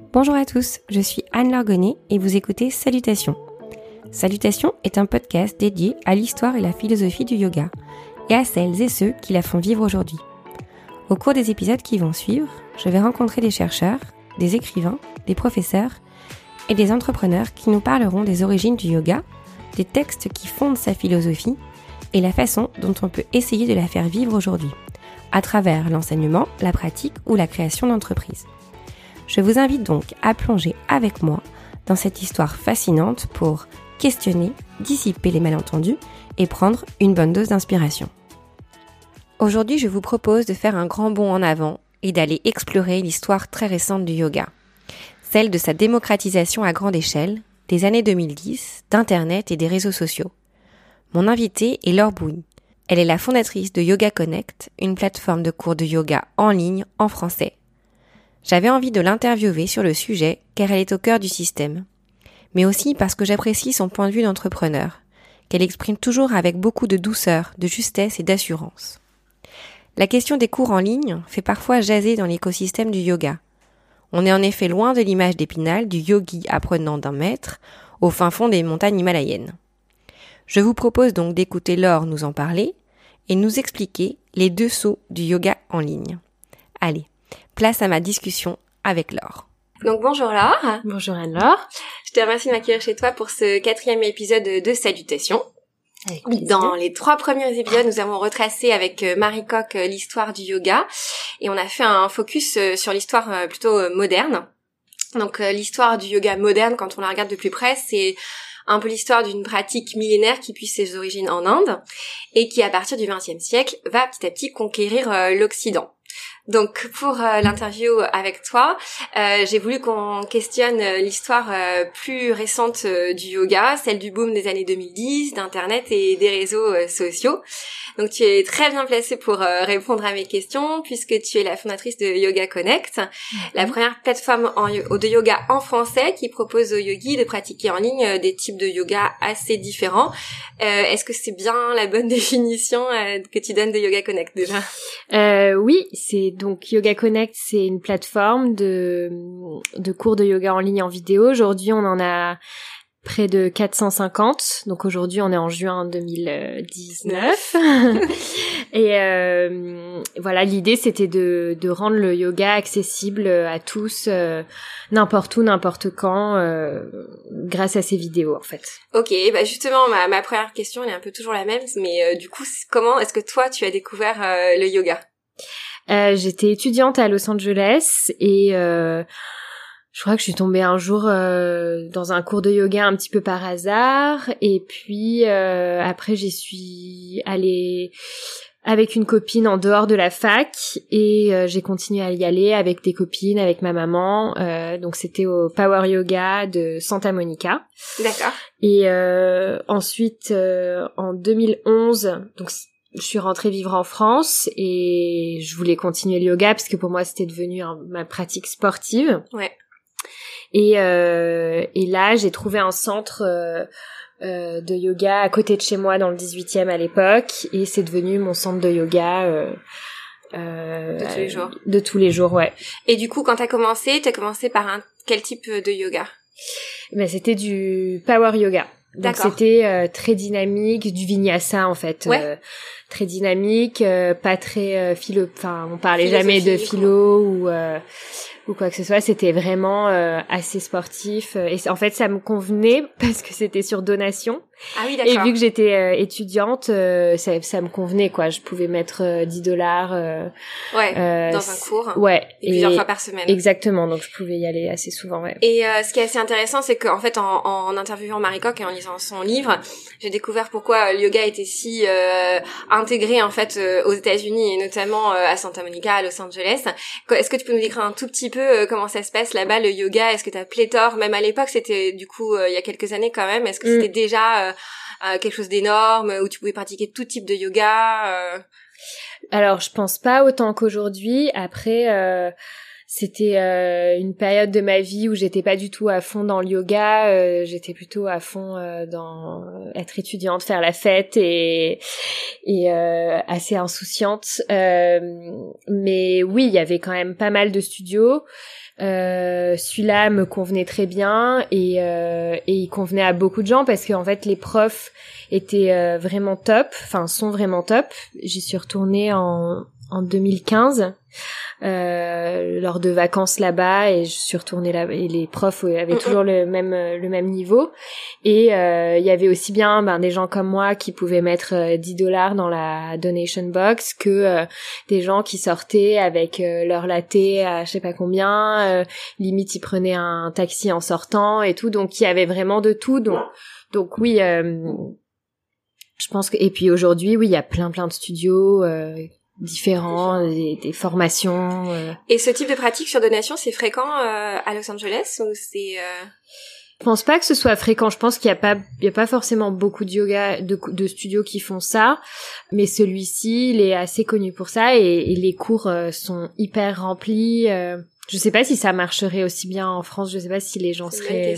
Bonjour à tous, je suis Anne-Laure Gonnet et vous écoutez Salutations. Salutations est un podcast dédié à l'histoire et la philosophie du yoga et à celles et ceux qui la font vivre aujourd'hui. Au cours des épisodes qui vont suivre, je vais rencontrer des chercheurs, des écrivains, des professeurs et des entrepreneurs qui nous parleront des origines du yoga, des textes qui fondent sa philosophie et la façon dont on peut essayer de la faire vivre aujourd'hui, à travers l'enseignement, la pratique ou la création d'entreprises. Je vous invite donc à plonger avec moi dans cette histoire fascinante pour questionner, dissiper les malentendus et prendre une bonne dose d'inspiration. Aujourd'hui, je vous propose de faire un grand bond en avant et d'aller explorer l'histoire très récente du yoga, celle de sa démocratisation à grande échelle, des années 2010, d'Internet et des réseaux sociaux. Mon invitée est Laure Bouy. Elle est la fondatrice de Yoga Connect, une plateforme de cours de yoga en ligne en français. J'avais envie de l'interviewer sur le sujet car elle est au cœur du système, mais aussi parce que j'apprécie son point de vue d'entrepreneur, qu'elle exprime toujours avec beaucoup de douceur, de justesse et d'assurance. La question des cours en ligne fait parfois jaser dans l'écosystème du yoga. On est en effet loin de l'image d'Épinal du yogi apprenant d'un maître au fin fond des montagnes himalayennes. Je vous propose donc d'écouter Laure nous en parler et nous expliquer les dessous du yoga en ligne. Allez, place à ma discussion avec Laure. Donc bonjour Laure. Bonjour Anne-Laure. Je te remercie de m'accueillir chez toi pour ce 4e épisode de Salutations. Dans les 3 premiers épisodes, nous avons retracé avec Marie Coq l'histoire du yoga et on a fait un focus sur l'histoire plutôt moderne. Donc l'histoire du yoga moderne, quand on la regarde de plus près, c'est un peu l'histoire d'une pratique millénaire qui puise ses origines en Inde et qui, à partir du XXe siècle, va petit à petit conquérir l'Occident. Donc pour l'interview avec toi, j'ai voulu qu'on questionne l'histoire plus récente du yoga, celle du boom des années 2010, d'Internet et des réseaux sociaux. Donc tu es très bien placée pour répondre à mes questions puisque tu es la fondatrice de Yoga Connect, la première plateforme de yoga en français qui propose aux yogis de pratiquer en ligne des types de yoga assez différents. Est-ce que c'est bien la bonne définition que tu donnes de Yoga Connect déjà ? Oui, c'est donc Yoga Connect, c'est une plateforme de cours de yoga en ligne en vidéo. Aujourd'hui, on en a près de 450. Donc aujourd'hui, on est en juin 2019. Et voilà, l'idée, c'était de rendre le yoga accessible à tous, n'importe où, n'importe quand, grâce à ces vidéos, en fait. Ok, bah justement, ma première question, elle est un peu toujours la même, mais du coup, comment est-ce que toi, tu as découvert le yoga ? J'étais étudiante à Los Angeles et je crois que je suis tombée un jour dans un cours de yoga un petit peu par hasard et puis après j'y suis allée avec une copine en dehors de la fac et j'ai continué à y aller avec des copines, avec ma maman. Donc c'était au Power Yoga de Santa Monica. D'accord. Et ensuite en 2011, donc je suis rentrée vivre en France et je voulais continuer le yoga parce que pour moi c'était devenu ma pratique sportive. Ouais. Et là j'ai trouvé un centre de yoga à côté de chez moi dans le 18e à l'époque et c'est devenu mon centre de yoga de tous les jours. De tous les jours, ouais. Et du coup, quand t'as commencé par quel type de yoga ? Ben c'était du power yoga. Donc D'accord. c'était très dynamique, du vinyasa en fait, ouais. Très dynamique, pas très philo. Enfin, on parlait jamais de philo ou quoi que ce soit. C'était vraiment assez sportif. Et en fait, ça me convenait parce que c'était sur donation. Ah oui, d'accord. Et vu que j'étais étudiante, ça me convenait quoi. Je pouvais mettre $10. Dans un cours. Ouais. Et plusieurs fois par semaine. Exactement. Donc je pouvais y aller assez souvent. Ouais. Et ce qui est assez intéressant, c'est qu'en fait, en interviewant Marie Coq et en lisant son livre, j'ai découvert pourquoi le yoga était si intégré en fait aux États-Unis et notamment à Santa Monica, à Los Angeles. Est-ce que tu peux nous décrire un tout petit peu comment ça se passe là-bas, le yoga ? Est-ce que t'as pléthore ? Même à l'époque, c'était du coup il y a quelques années quand même. Est-ce que c'était déjà quelque chose d'énorme où tu pouvais pratiquer tout type de yoga Alors, je pense pas autant qu'aujourd'hui. Après, c'était une période de ma vie où j'étais pas du tout à fond dans le yoga, j'étais plutôt à fond dans être étudiante, faire la fête et assez insouciante. Mais oui, il y avait quand même pas mal de studios. Celui-là me convenait très bien et il convenait à beaucoup de gens parce que en fait les profs étaient vraiment top, enfin sont vraiment top. J'y suis retournée en 2015 lors de vacances là-bas et je suis retournée là et les profs avaient toujours le même niveau et il y avait aussi bien des gens comme moi qui pouvaient mettre $10 dans la donation box que des gens qui sortaient avec leur latte à je sais pas combien, limite ils prenaient un taxi en sortant et tout, donc il y avait vraiment de tout, donc oui, je pense que et puis aujourd'hui oui il y a plein de studios différents, des formations. Et ce type de pratique sur donation, c'est fréquent à Los Angeles ou c'est Je pense pas que ce soit fréquent. Je pense qu'il y a pas forcément beaucoup de yoga de studios qui font ça, mais celui-ci, il est assez connu pour ça et les cours sont hyper remplis. Je sais pas si ça marcherait aussi bien en France. Je sais pas si les gens seraient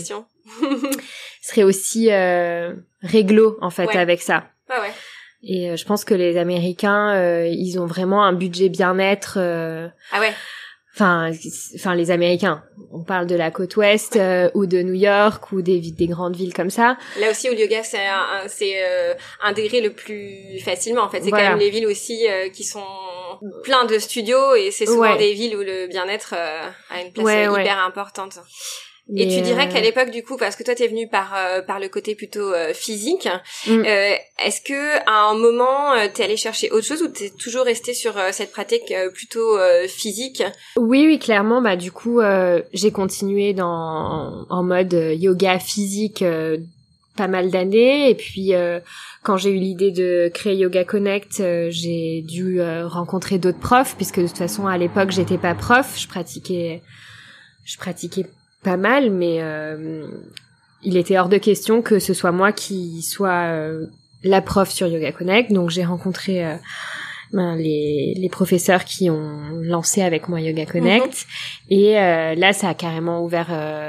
aussi réglo en fait avec ça. Ah ouais. Et je pense que les Américains, ils ont vraiment un budget bien-être. Ah ouais. Enfin, les Américains. On parle de la côte ouest ou de New York ou des grandes villes comme ça. Là aussi, où le yoga, c'est intégré le plus facilement. En fait, c'est quand même les villes aussi qui sont plein de studios et c'est souvent des villes où le bien-être a une place hyper importante. Et tu dirais qu'à l'époque, du coup, parce que toi t'es venu par le côté plutôt physique, est-ce que à un moment t'es allé chercher autre chose ou t'es toujours resté sur cette pratique plutôt physique? Oui, clairement. Du coup, j'ai continué en mode yoga physique pas mal d'années et puis quand j'ai eu l'idée de créer Yoga Connect, j'ai dû rencontrer d'autres profs puisque de toute façon à l'époque j'étais pas prof, je pratiquais pas mal, mais il était hors de question que ce soit moi qui soit la prof sur Yoga Connect. Donc j'ai rencontré les professeurs qui ont lancé avec moi Yoga Connect et là ça a carrément ouvert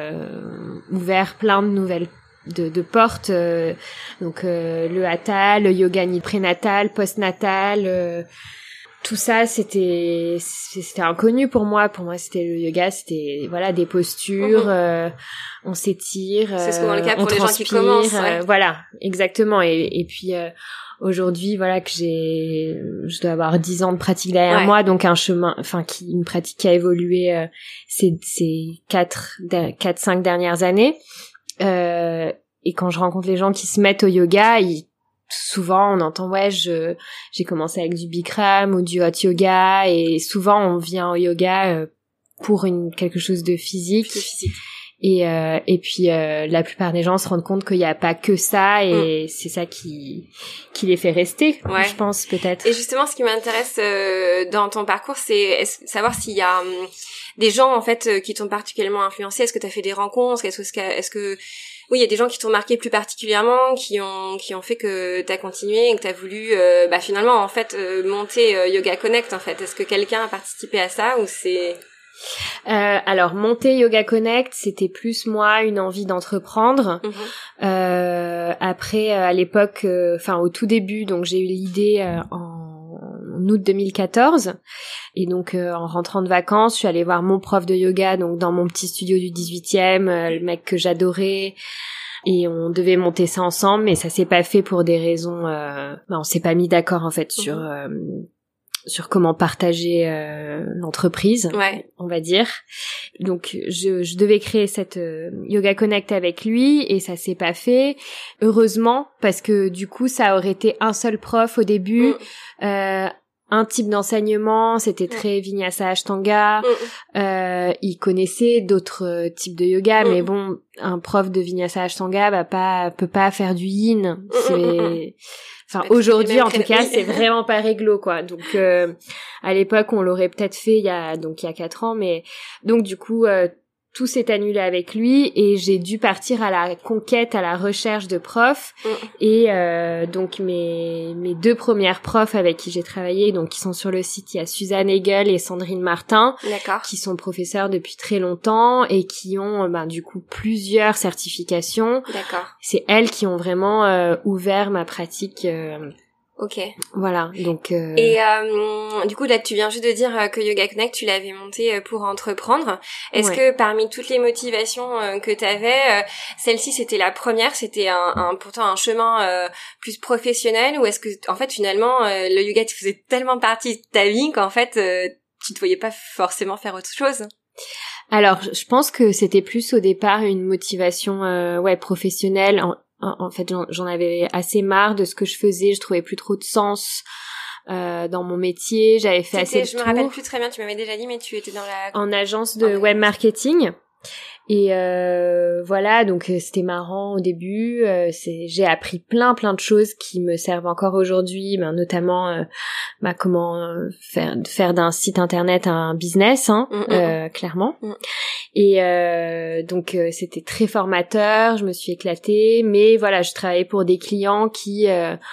plein de nouvelles de portes, donc le hatha, le yoga prénatal, postnatal, tout ça c'était inconnu pour moi c'était le yoga, c'était des postures, on s'étire, c'est souvent le cas pour les gens qui commencent, voilà, exactement, et puis aujourd'hui que je dois avoir 10 ans de pratique derrière moi, donc un chemin, une pratique qui a évolué ces 4-5 dernières années, et quand je rencontre les gens qui se mettent au yoga, souvent on entend j'ai commencé avec du Bikram ou du hot yoga, et souvent on vient au yoga pour quelque chose de physique. Et puis la plupart des gens se rendent compte qu'il n'y a pas que ça, et c'est ça qui les fait rester, je pense, peut-être. Et justement, ce qui m'intéresse dans ton parcours, c'est savoir s'il y a des gens en fait qui t'ont particulièrement influencé. Est-ce que tu as fait des rencontres? Est-ce que oui, il y a des gens qui t'ont marqué plus particulièrement, qui ont fait que t'as continué et que t'as voulu finalement en fait monter Yoga Connect en fait. Est-ce que quelqu'un a participé à ça ou c'est alors monter Yoga Connect, c'était plus moi une envie d'entreprendre. Après à l'époque, au tout début, donc j'ai eu l'idée en août 2014, et donc en rentrant de vacances, je suis allée voir mon prof de yoga, donc dans mon petit studio du 18e, le mec que j'adorais, et on devait monter ça ensemble, mais ça s'est pas fait pour des raisons, on s'est pas mis d'accord en fait sur comment partager l'entreprise, on va dire. Donc je devais créer cette Yoga Connect avec lui, et ça s'est pas fait, heureusement, parce que du coup ça aurait été un seul prof au début, un type d'enseignement, c'était très Vinyasa Ashtanga, il connaissait d'autres types de yoga, mais bon, un prof de Vinyasa Ashtanga peut pas faire du yin, aujourd'hui, en tout cas, c'est vraiment pas réglo, quoi. Donc, à l'époque, on l'aurait peut-être fait il y a 4 ans, mais donc, du coup, tout s'est annulé avec lui et j'ai dû partir à la conquête, à la recherche de profs. Et donc mes deux premières profs avec qui j'ai travaillé, donc qui sont sur le site, il y a Suzanne Hegel et Sandrine Martin, qui sont professeurs depuis très longtemps et qui ont du coup plusieurs certifications. D'accord. C'est elles qui ont vraiment ouvert ma pratique. Ok. Voilà, donc... Et du coup, là, tu viens juste de dire que Yoga Connect, tu l'avais monté pour entreprendre. Est-ce que parmi toutes les motivations que tu avais, celle-ci, c'était la première, c'était pourtant un chemin plus professionnel, ou est-ce que, en fait, finalement, le yoga, tu faisais tellement partie de ta vie qu'en fait, tu te voyais pas forcément faire autre chose? Alors, je pense que c'était plus au départ une motivation professionnelle. En fait, j'en avais assez marre de ce que je faisais. Je trouvais plus trop de sens dans mon métier. J'avais fait assez de tours. Je me rappelle plus très bien. Tu m'avais déjà dit, mais tu étais en agence de web marketing. Et voilà, donc c'était marrant au début. J'ai appris plein de choses qui me servent encore aujourd'hui, notamment comment faire d'un site internet un business, clairement. Et donc c'était très formateur, je me suis éclatée, mais voilà, je travaillais pour des clients qui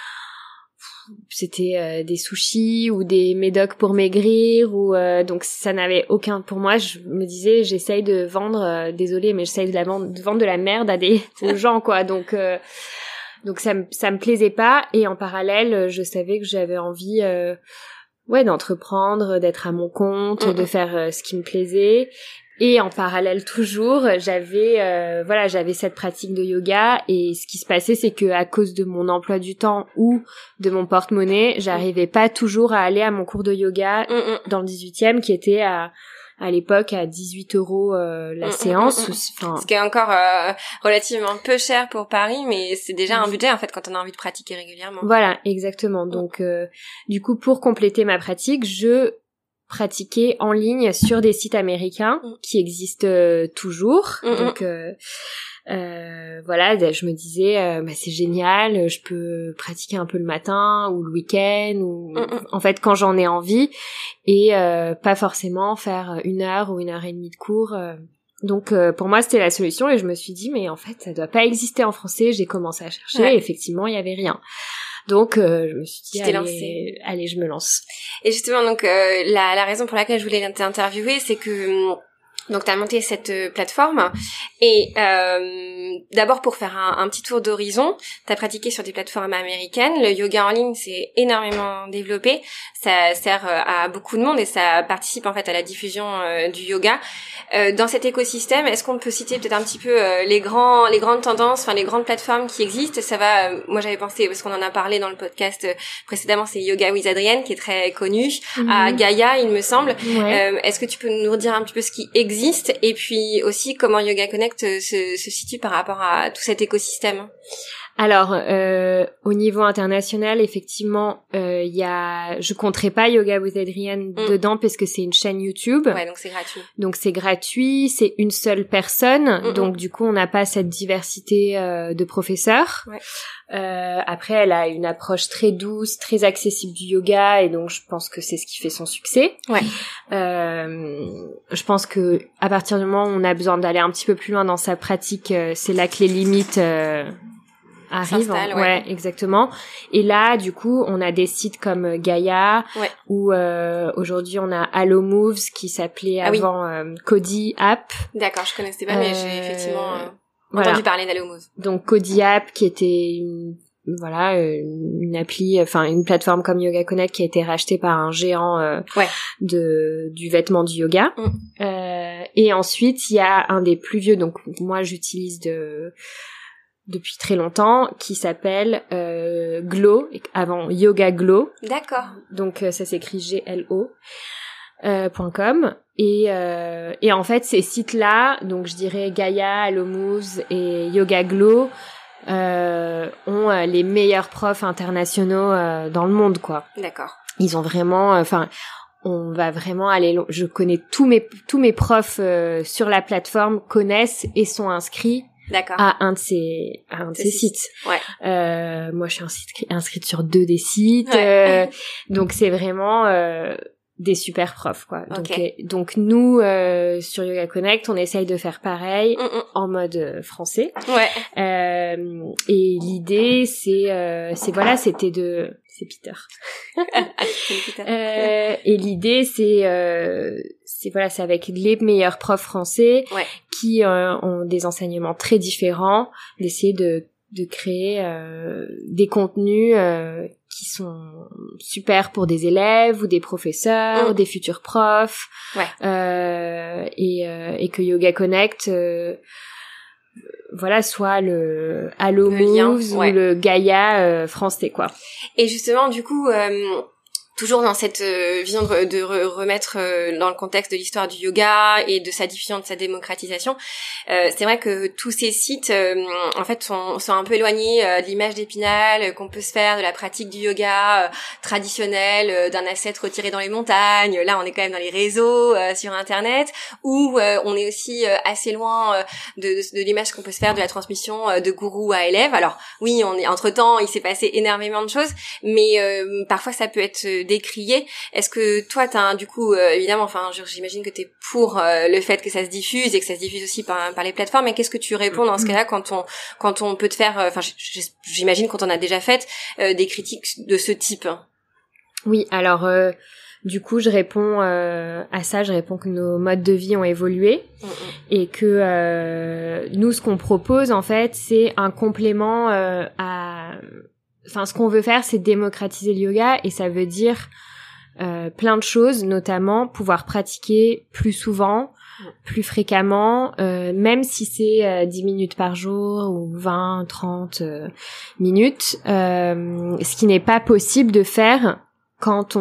c'était des sushis ou des médocs pour maigrir, ou donc ça n'avait aucun, pour moi je me disais j'essaye de vendre désolée mais j'essaye de vendre de la merde aux gens quoi, donc ça me plaisait pas. Et en parallèle je savais que j'avais envie d'entreprendre, d'être à mon compte, de faire ce qui me plaisait. Et en parallèle toujours, j'avais cette pratique de yoga, et ce qui se passait, c'est que à cause de mon emploi du temps ou de mon porte-monnaie, j'arrivais pas toujours à aller à mon cours de yoga dans le 18e, qui était à l'époque à 18 € la séance. Ce qui est encore relativement peu cher pour Paris, mais c'est déjà un budget en fait quand on a envie de pratiquer régulièrement. Voilà, exactement. Donc du coup, pour compléter ma pratique, je pratiquer en ligne sur des sites américains qui existent toujours. Donc voilà, je me disais c'est génial, je peux pratiquer un peu le matin ou le week-end, ou en fait quand j'en ai envie, et pas forcément faire 1 heure ou 1 heure et demie de cours. Donc pour moi c'était la solution, et je me suis dit mais en fait ça doit pas exister en français. J'ai commencé à chercher, et effectivement il y avait rien. Donc je me suis dit allez, je me lance. Et justement, donc la raison pour laquelle je voulais t'interviewer, c'est que donc t'as monté cette plateforme, et d'abord pour faire un petit tour d'horizon, t'as pratiqué sur des plateformes américaines. Le yoga en ligne s'est énormément développé, ça sert à beaucoup de monde et ça participe en fait à la diffusion du yoga. Dans cet écosystème, est-ce qu'on peut citer peut-être un petit peu les grandes tendances, enfin les grandes plateformes qui existent? Ça va, moi j'avais pensé, parce qu'on en a parlé dans le podcast précédemment, c'est Yoga with Adrienne qui est très connu, à Gaïa il me semble. Est-ce que tu peux nous redire un petit peu ce qui existe, et puis aussi comment Yoga Connect se situe par rapport à tout cet écosystème? Alors, au niveau international, effectivement, je compterai pas Yoga with Adrienne dedans, parce que c'est une chaîne YouTube. Ouais, donc c'est gratuit. Donc c'est gratuit, c'est une seule personne, donc du coup on n'a pas cette diversité de professeurs. Après, elle a une approche très douce, très accessible du yoga, et donc je pense que c'est ce qui fait son succès. Je pense que à partir du moment où on a besoin d'aller un petit peu plus loin dans sa pratique, c'est là que les limites arrive, ouais, exactement. Et là, du coup, on a des sites comme Gaïa, ou aujourd'hui on a Allo Moves qui s'appelait avant Cody App. D'accord, je connaissais pas, mais j'ai effectivement entendu parler d'Allo Moves. Donc Cody App qui était une appli, enfin une plateforme comme Yoga Connect qui a été rachetée par un géant du vêtement du yoga. Et ensuite, il y a un des plus vieux, donc moi j'utilise depuis très longtemps, qui s'appelle Glow, avant Yoga Glow. D'accord. Donc ça s'écrit GLO. .com, et en fait ces sites-là, donc je dirais Gaïa, Allo Moves et Yoga Glow, ont les meilleurs profs internationaux dans le monde, quoi. D'accord. Ils ont vraiment, on va vraiment aller je connais tous mes profs sur la plateforme connaissent et sont inscrits. D'accord. À un de ces sites. Moi, je suis inscrite sur 2 des sites. Donc, c'est vraiment des super profs, quoi. Okay. Donc nous, sur Yoga Connect, on essaye de faire pareil en mode français. Ouais. Et l'idée, c'est Peter. Et l'idée, c'est avec les meilleurs profs français qui ont des enseignements très différents, d'essayer de créer des contenus qui sont super pour des élèves ou des professeurs, ou des futurs profs, et que Yoga Connect soit le Hello Moves ou le Gaia français, quoi. Et justement, du coup, toujours dans cette vision de remettre dans le contexte de l'histoire du yoga et de sa diffusion, de sa démocratisation, c'est vrai que tous ces sites en fait sont un peu éloignés de l'image d'Épinal qu'on peut se faire de la pratique du yoga traditionnel, d'un ascète retiré dans les montagnes. Là on est quand même dans les réseaux sur internet, où on est aussi assez loin de l'image qu'on peut se faire de la transmission de gourou à élève. Alors oui, entre-temps il s'est passé énormément de choses, mais parfois ça peut être décrié. Est-ce que toi t'as du coup évidemment, j'imagine que t'es pour le fait que ça se diffuse et que ça se diffuse aussi par les plateformes, mais qu'est-ce que tu réponds dans ce cas-là quand on peut te faire j'imagine qu'on t'en a déjà fait des critiques de ce type? Oui, alors du coup je réponds à ça, je réponds que nos modes de vie ont évolué et que nous ce qu'on propose en fait c'est un complément ce qu'on veut faire, c'est démocratiser le yoga, et ça veut dire plein de choses, notamment pouvoir pratiquer plus souvent, plus fréquemment, même si c'est 10 minutes par jour ou 20, 30 minutes, ce qui n'est pas possible de faire quand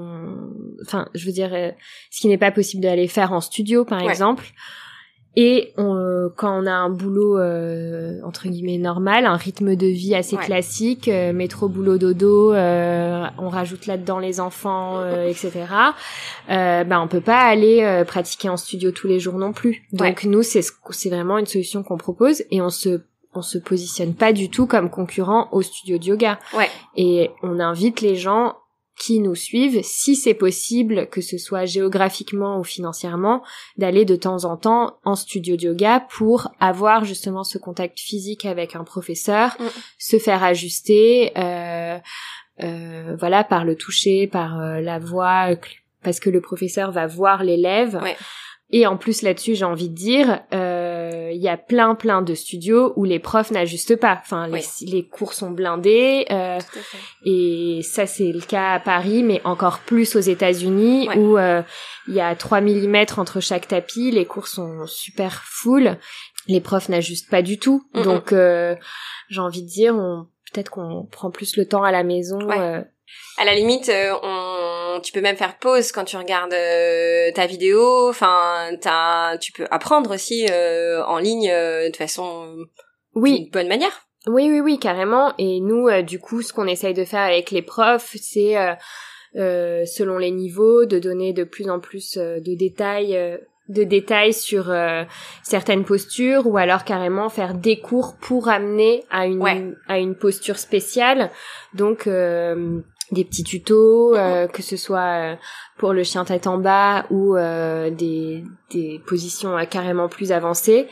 ce qui n'est pas possible d'aller faire en studio, par exemple. Et quand on a un boulot entre guillemets normal, un rythme de vie assez classique, métro boulot dodo, on rajoute là-dedans les enfants, etc. On peut pas aller pratiquer en studio tous les jours non plus. Donc nous c'est vraiment une solution qu'on propose, et on se positionne pas du tout comme concurrent au studio de yoga. Et on invite les gens qui nous suivent, si c'est possible, que ce soit géographiquement ou financièrement, d'aller de temps en temps en studio de yoga pour avoir justement ce contact physique avec un professeur, se faire ajuster, par le toucher, par la voix, parce que le professeur va voir l'élève. Et en plus là-dessus, j'ai envie de dire, il y a plein de studios où les profs n'ajustent pas. Les cours sont blindés. Et ça, c'est le cas à Paris, mais encore plus aux États-Unis, où il y a 3 mm entre chaque tapis. Les cours sont super full. Les profs n'ajustent pas du tout. Donc, j'ai envie de dire, peut-être qu'on prend plus le temps à la maison. À la limite, tu peux même faire pause quand tu regardes ta vidéo. Tu peux apprendre aussi en ligne de façon d'une bonne manière. Oui, carrément. Et nous, du coup, ce qu'on essaye de faire avec les profs, c'est selon les niveaux, de donner de plus en plus de détails sur certaines postures, ou alors carrément faire des cours pour amener à une posture spéciale. Donc des petits tutos, que ce soit pour le chien tête en bas ou des positions carrément plus avancées.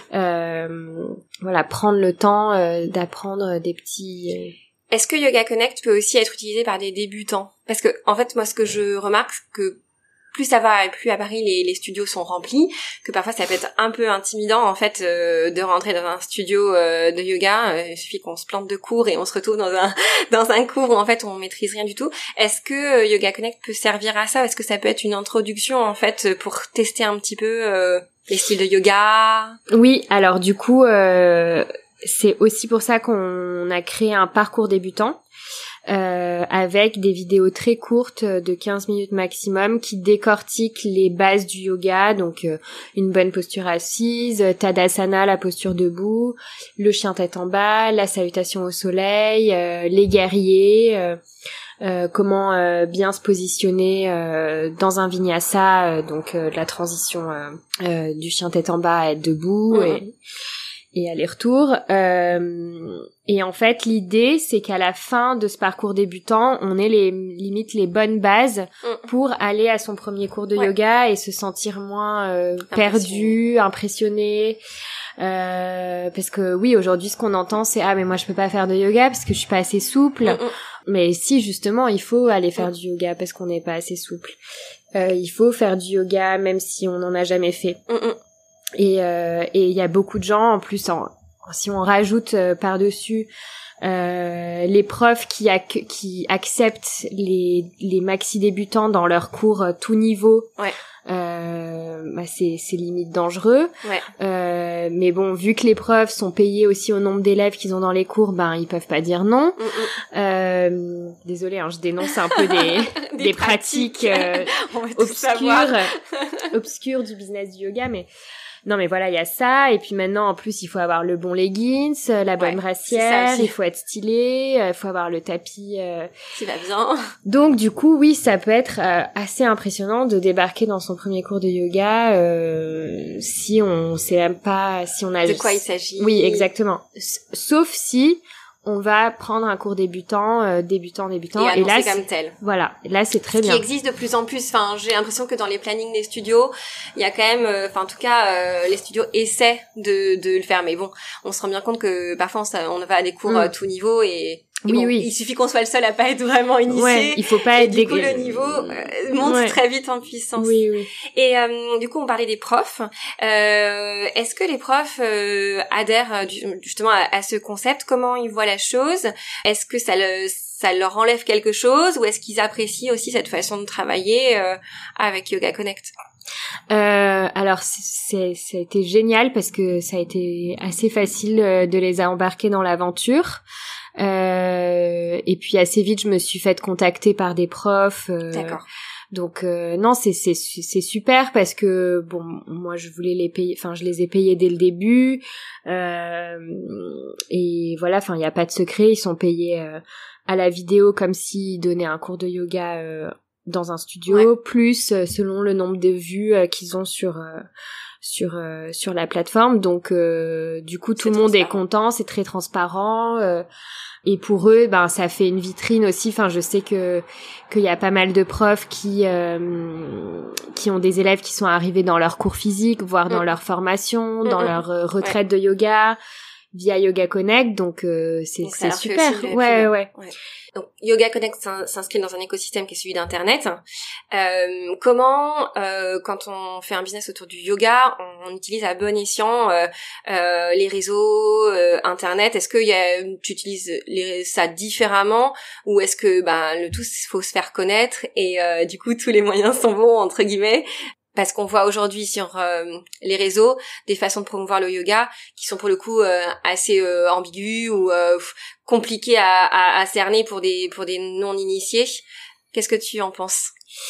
Prendre le temps d'apprendre des petits... Est-ce que Yoga Connect peut aussi être utilisé par des débutants? Parce que en fait, moi, ce que je remarque, c'est que plus ça va et plus à Paris les studios sont remplis, que parfois ça peut être un peu intimidant en fait de rentrer dans un studio de yoga. Il suffit qu'on se plante de cours et on se retrouve dans un cours où en fait on maîtrise rien du tout. Est-ce que Yoga Connect peut servir à ça? Est-ce que ça peut être une introduction en fait pour tester un petit peu les styles de yoga? Oui, alors du coup c'est aussi pour ça qu'on a créé un parcours débutant. Avec des vidéos très courtes de 15 minutes maximum qui décortiquent les bases du yoga, donc une bonne posture assise, Tadasana, la posture debout, le chien tête en bas, la salutation au soleil, les guerriers, comment bien se positionner dans un vinyasa, donc la transition du chien tête en bas à être debout, et aller-retour. Et en fait, l'idée, c'est qu'à la fin de ce parcours débutant, on ait les bonnes bases pour aller à son premier cours de yoga et se sentir moins perdu, impressionné. Parce que oui, aujourd'hui, ce qu'on entend, c'est mais moi je peux pas faire de yoga parce que je suis pas assez souple. Mais si, justement, il faut aller faire du yoga parce qu'on n'est pas assez souple. Il faut faire du yoga même si on n'en a jamais fait. Et il y a beaucoup de gens, en plus, si on rajoute par-dessus les profs qui acceptent les maxi débutants dans leurs cours tout niveau, c'est limite dangereux. Mais bon, vu que les profs sont payés aussi au nombre d'élèves qu'ils ont dans les cours, ils peuvent pas dire non. Désolée, je dénonce un peu des pratiques obscures du business du yoga, mais non, mais voilà, il y a ça. Et puis maintenant, en plus, il faut avoir le bon leggings, la bonne brassière, il faut être stylé, il faut avoir le tapis qui va bien. Donc du coup, oui, ça peut être assez impressionnant de débarquer dans son premier cours de yoga si on sait même pas si on a de quoi il s'agit. Oui, exactement. Sauf si on va prendre un cours débutant et là comme tel. Voilà, là c'est très bien. Ce qui existe de plus en plus. Enfin, j'ai l'impression que dans les plannings des studios, il y a quand même, en tout cas, les studios essaient de le faire. Mais bon, on se rend bien compte que parfois on va à des cours tout niveau et il suffit qu'on soit le seul à pas être vraiment initié. Ouais, il faut pas être du coup le niveau monte très vite en puissance. Oui. Et du coup on parlait des profs. Est-ce que les profs adhèrent justement à ce concept? Comment ils voient la chose? Est-ce que ça leur enlève quelque chose ou est-ce qu'ils apprécient aussi cette façon de travailler avec Yoga Connect? Alors ça a été génial parce que ça a été assez facile de les embarquer dans l'aventure. Et puis assez vite je me suis fait contacter par des profs. D'accord. Donc non, c'est super parce que bon, moi je voulais les payer, je les ai payés dès le début. Et voilà, il y a pas de secret, ils sont payés à la vidéo comme s'ils donnaient un cours de yoga dans un studio, plus selon le nombre de vues qu'ils ont sur la plateforme. Donc du coup tout le monde est content, c'est très transparent. Et pour eux, ça fait une vitrine aussi. Je sais qu'il y a pas mal de profs qui ont des élèves qui sont arrivés dans leur cours physique, voire dans leur formation, dans leur retraite de yoga via Yoga Connect. Donc c'est super. Ouais. Donc Yoga Connect s'inscrit dans un écosystème qui est celui d'Internet. Comment, quand on fait un business autour du yoga, on utilise à bon escient les réseaux, Internet? Est-ce que tu utilises ça différemment ou est-ce que le tout faut se faire connaître et du coup tous les moyens sont bons entre guillemets? Parce qu'on voit aujourd'hui sur les réseaux des façons de promouvoir le yoga qui sont pour le coup assez ambiguës ou compliquées à cerner pour des non-initiés. Qu'est-ce que tu en penses?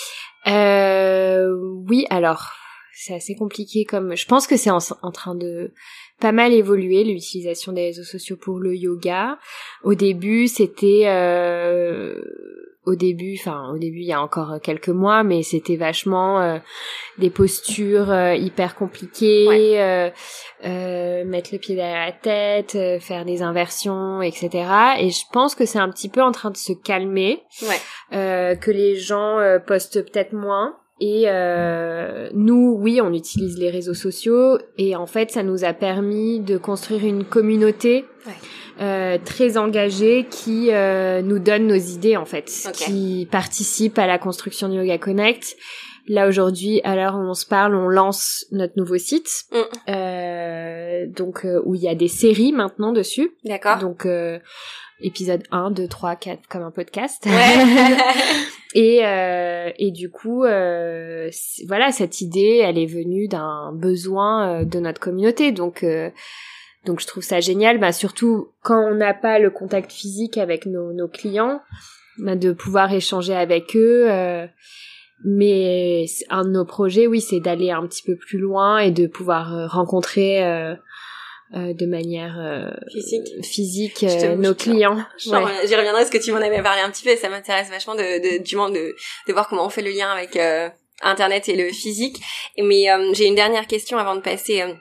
Oui, alors c'est assez compliqué je pense que c'est en train de pas mal évoluer l'utilisation des réseaux sociaux pour le yoga. Au début, c'était au début, il y a encore quelques mois, mais c'était vachement des postures hyper compliquées, mettre le pied derrière la tête, faire des inversions, etc. Et je pense que c'est un petit peu en train de se calmer, que les gens postent peut-être moins. Et nous, oui, on utilise les réseaux sociaux et en fait, ça nous a permis de construire une communauté très engagée qui nous donne nos idées en fait, qui participe à la construction de Yoga Connect. Là aujourd'hui, à l'heure où on se parle, on lance notre nouveau site, donc où il y a des séries maintenant dessus. D'accord. Donc épisode 1, 2, 3, 4 comme un podcast. Et du coup, voilà, cette idée, elle est venue d'un besoin de notre communauté. Donc je trouve ça génial, surtout quand on n'a pas le contact physique avec nos clients, de pouvoir échanger avec eux. Mais un de nos projets, oui, c'est d'aller un petit peu plus loin et de pouvoir rencontrer de manière physique nos clients. J'y reviendrai parce que tu m'en avais parlé un petit peu et ça m'intéresse vachement de voir comment on fait le lien avec Internet et le physique. Mais j'ai une dernière question avant de passer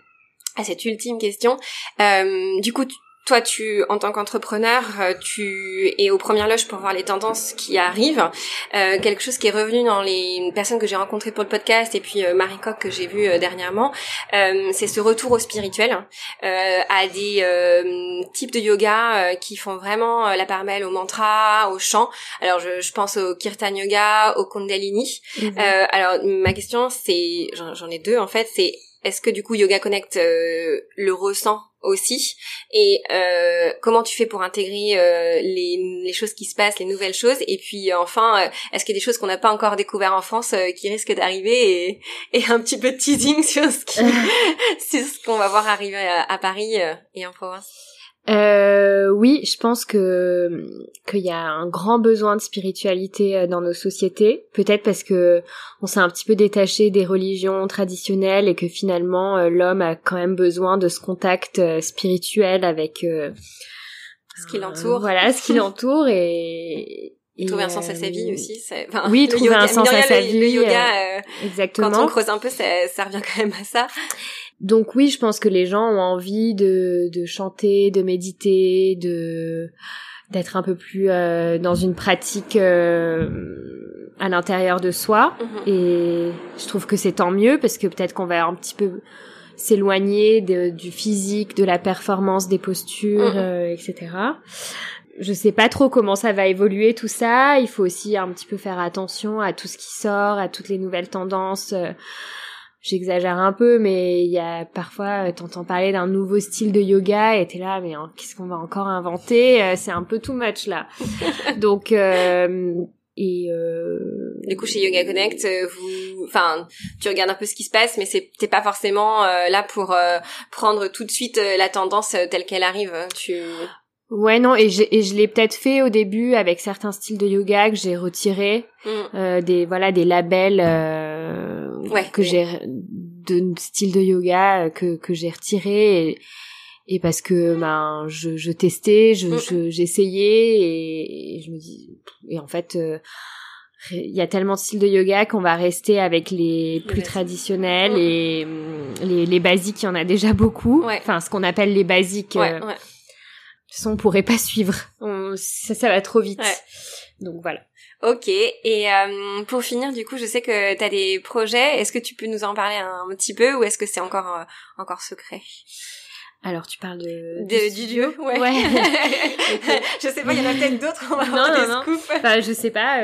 à cette ultime question. Du coup, toi, en tant qu'entrepreneur, tu es aux premières loges pour voir les tendances qui arrivent. Quelque chose qui est revenu dans les personnes que j'ai rencontrées pour le podcast et puis Marie Coq que j'ai vue dernièrement, c'est ce retour au spirituel, à des types de yoga qui font vraiment la part belle au mantra, au chant. Alors, je pense au Kirtan Yoga, au Kundalini. Alors, ma question, c'est, j'en ai deux en fait, c'est est-ce que du coup Yoga Connect le ressent aussi, et comment tu fais pour intégrer les choses qui se passent, les nouvelles choses, et puis enfin est-ce qu'il y a des choses qu'on n'a pas encore découvert en France qui risquent d'arriver, et un petit peu de teasing sur sur ce qu'on va voir arriver à Paris et en province. Oui, je pense qu'il y a un grand besoin de spiritualité dans nos sociétés, peut-être parce que on s'est un petit peu détaché des religions traditionnelles et que finalement l'homme a quand même besoin de ce contact spirituel avec ce qui l'entoure. Voilà, ce qui l'entoure et trouver un sens à sa vie aussi. Oui, trouver un sens à sa vie. Le yoga, exactement. Quand on creuse un peu, ça revient quand même à ça. Donc oui, je pense que les gens ont envie de chanter, de méditer, d'être un peu plus dans une pratique à l'intérieur de soi. Et je trouve que c'est tant mieux parce que peut-être qu'on va un petit peu s'éloigner du physique, de la performance, des postures, etc. Je sais pas trop comment ça va évoluer tout ça. Il faut aussi un petit peu faire attention à tout ce qui sort, à toutes les nouvelles tendances. J'exagère un peu, mais il y a parfois, t'entends parler d'un nouveau style de yoga et t'es là, mais qu'est-ce qu'on va encore inventer? C'est un peu too much là. Donc, du coup, chez Yoga Connect, tu regardes un peu ce qui se passe, mais t'es pas forcément là pour prendre tout de suite la tendance telle qu'elle arrive. Ouais, non, et je l'ai peut-être fait au début avec certains styles de yoga que j'ai retirés, des labels j'ai de style de yoga que j'ai retiré et parce que je testais, j'essayais et je me dis et en fait il y a tellement de styles de yoga qu'on va rester avec les plus traditionnels et les basiques, il y en a déjà beaucoup. Enfin, ce qu'on appelle les basiques. De toute façon, on pourrait pas suivre. Ça va trop vite. Donc voilà. Ok. Et pour finir, du coup, je sais que t'as des projets. Est-ce que tu peux nous en parler un petit peu ou est-ce que c'est encore secret? Alors, tu parles du lieu? Ouais. Je sais pas, il y en a peut-être d'autres. On va avoir des scoops. Enfin, je sais pas.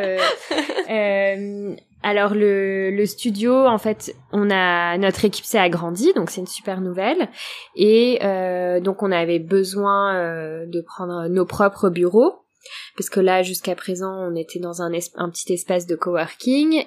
Alors le studio, en fait, notre équipe s'est agrandie, donc c'est une super nouvelle. Et donc on avait besoin de prendre nos propres bureaux, parce que là jusqu'à présent on était dans un petit espace de coworking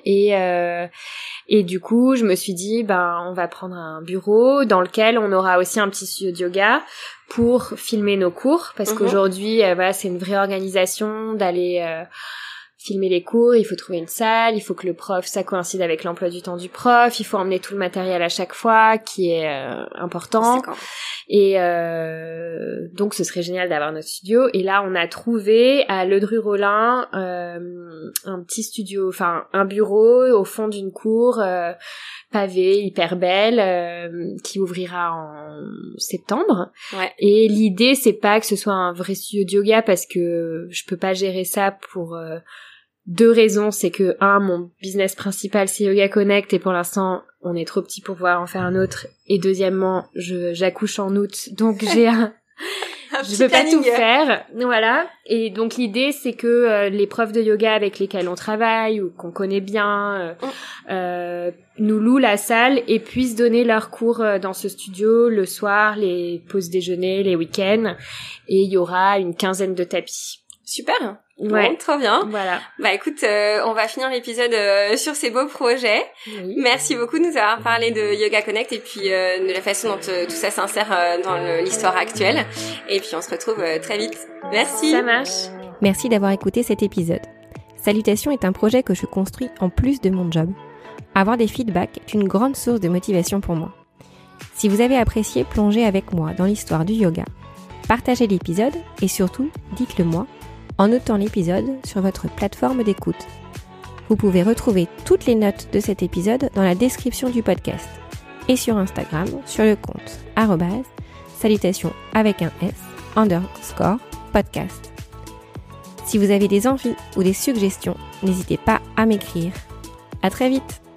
et du coup je me suis dit on va prendre un bureau dans lequel on aura aussi un petit studio de yoga pour filmer nos cours, parce qu'aujourd'hui c'est une vraie organisation d'aller filmer les cours, il faut trouver une salle, il faut que le prof, ça coïncide avec l'emploi du temps du prof, il faut emmener tout le matériel à chaque fois, qui est important. Et donc ce serait génial d'avoir notre studio. Et là, on a trouvé à Ledru-Rollin un petit studio, enfin un bureau au fond d'une cour pavée, hyper belle, qui ouvrira en septembre. Et l'idée, c'est pas que ce soit un vrai studio de yoga, parce que je peux pas gérer ça pour deux raisons. C'est que mon business principal c'est Yoga Connect et pour l'instant on est trop petit pour pouvoir en faire un autre, et deuxièmement j'accouche en août, donc j'ai je peux pas tout faire, voilà. Et donc l'idée c'est que les profs de yoga avec lesquels on travaille ou qu'on connaît bien nous louent la salle et puissent donner leurs cours dans ce studio le soir, les pauses déjeuner, les week-ends, et il y aura une 15aine de tapis. Super. Bon, trop bien. Voilà. Écoute, on va finir l'épisode sur ces beaux projets. Oui. Merci beaucoup de nous avoir parlé de Yoga Connect et puis de la façon dont tout ça s'insère dans l'histoire actuelle. Et puis on se retrouve très vite. Merci. Ça marche. Merci d'avoir écouté cet épisode. Salutations est un projet que je construis en plus de mon job. Avoir des feedbacks est une grande source de motivation pour moi. Si vous avez apprécié plonger avec moi dans l'histoire du yoga, partagez l'épisode et surtout, dites-le moi en notant l'épisode sur votre plateforme d'écoute. Vous pouvez retrouver toutes les notes de cet épisode dans la description du podcast. et sur Instagram sur le compte @salutations avec un S _podcast. Si vous avez des envies ou des suggestions, n'hésitez pas à m'écrire. À très vite!